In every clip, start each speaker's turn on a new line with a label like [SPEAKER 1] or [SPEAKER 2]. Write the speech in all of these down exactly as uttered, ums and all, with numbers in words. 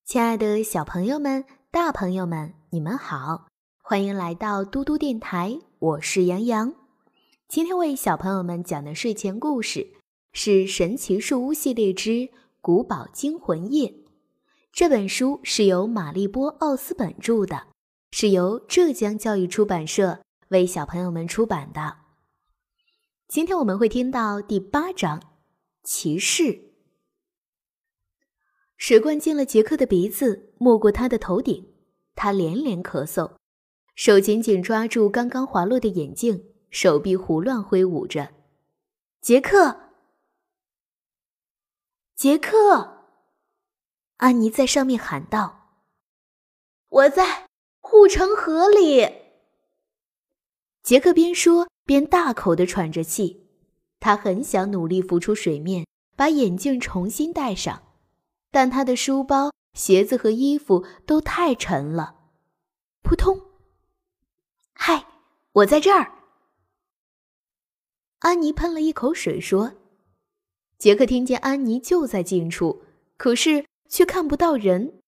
[SPEAKER 1] 亲爱的小朋友们、大朋友们，你们好，欢迎来到嘟嘟电台，我是杨洋。今天为小朋友们讲的睡前故事是《神奇树屋系列之古堡惊魂夜》。这本书是由玛丽波·奥斯本著的，是由浙江教育出版社为小朋友们出版的。今天我们会听到第八章骑士。水灌进了杰克的鼻子，没过他的头顶，他连连咳嗽，手紧紧抓住刚刚滑落的眼镜，手臂胡乱挥舞着。杰克！杰克！安妮在上面喊道：我在护城河里。杰克边说边大口地喘着气，他很想努力浮出水面，把眼镜重新戴上，但他的书包、鞋子和衣服都太沉了。扑通！嗨，我在这儿。安妮喷了一口水说。杰克听见安妮就在近处，可是却看不到人。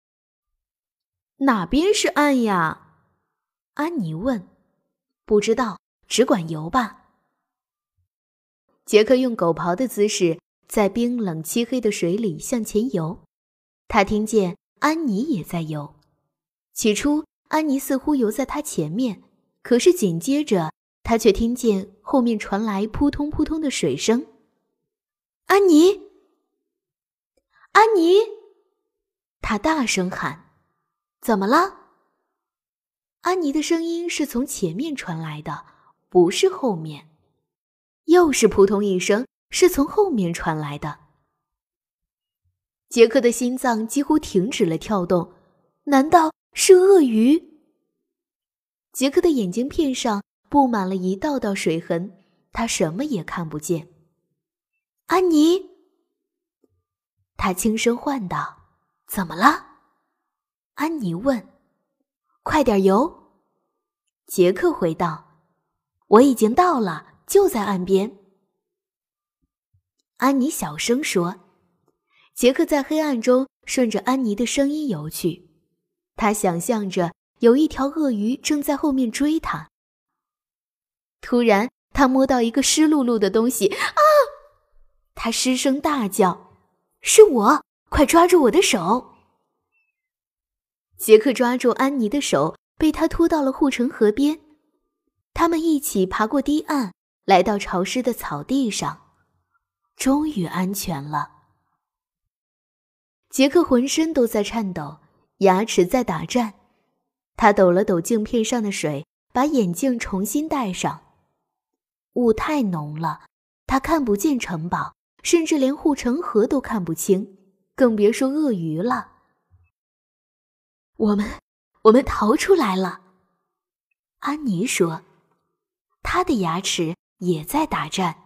[SPEAKER 1] 哪边是岸呀？安妮问。不知道，只管游吧。杰克用狗刨的姿势在冰冷漆黑的水里向前游，他听见安妮也在游。起初安妮似乎游在他前面，可是紧接着他却听见后面传来扑通扑通的水声。安妮！安妮！他大声喊。怎么了？安妮的声音是从前面传来的，不是后面。又是扑通一声，是从后面传来的。杰克的心脏几乎停止了跳动，难道是鳄鱼？杰克的眼镜片上布满了一道道水痕，他什么也看不见。安妮！他轻声唤道。怎么了？安妮问。快点游！杰克回道。我已经到了，就在岸边。安妮小声说。杰克在黑暗中顺着安妮的声音游去，他想象着有一条鳄鱼正在后面追他。突然他摸到一个湿漉漉的东西，啊！他失声大叫，是我，快抓住我的手！杰克抓住安妮的手，被他拖到了护城河边。他们一起爬过堤岸，来到潮湿的草地上，终于安全了。杰克浑身都在颤抖，牙齿在打颤。他抖了抖镜片上的水，把眼镜重新戴上。雾太浓了，他看不见城堡，甚至连护城河都看不清，更别说鳄鱼了。我们，我们逃出来了，安妮说。她的牙齿也在打颤。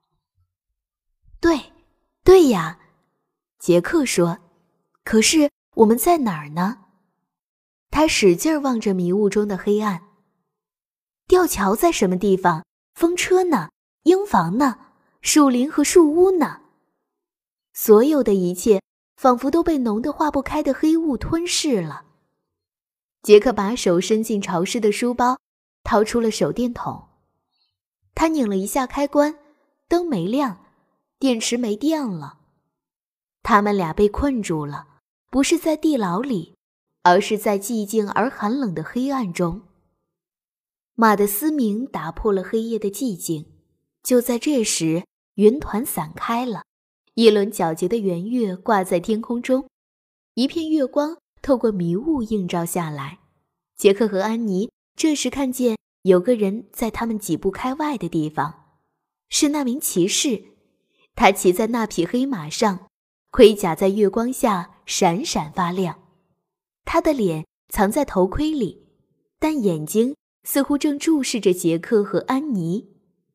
[SPEAKER 1] 对，对呀，杰克说。可是我们在哪儿呢？他使劲望着迷雾中的黑暗。吊桥在什么地方？风车呢？鹰房呢？树林和树屋呢？所有的一切仿佛都被浓得化不开的黑雾吞噬了。杰克把手伸进潮湿的书包，掏出了手电筒。他拧了一下开关，灯没亮，电池没电了。他们俩被困住了，不是在地牢里，而是在寂静而寒冷的黑暗中。马的嘶鸣打破了黑夜的寂静。就在这时，云团散开了，一轮皎洁的圆月挂在天空中，一片月光透过迷雾映照下来。杰克和安妮这时看见有个人在他们几步开外的地方，是那名骑士。他骑在那匹黑马上，盔甲在月光下闪闪发亮。他的脸藏在头盔里，但眼睛似乎正注视着杰克和安妮。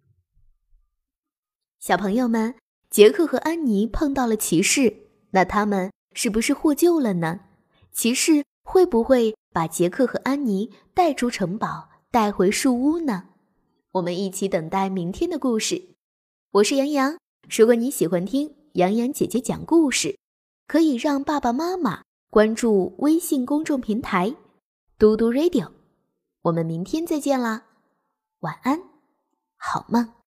[SPEAKER 1] 小朋友们，杰克和安妮碰到了骑士，那他们是不是获救了呢？骑士会不会把杰克和安妮带出城堡，带回树屋呢？我们一起等待明天的故事。我是杨洋，如果你喜欢听洋洋姐姐讲故事，可以让爸爸妈妈关注微信公众平台嘟嘟 Radio。我们明天再见啦，晚安，好梦。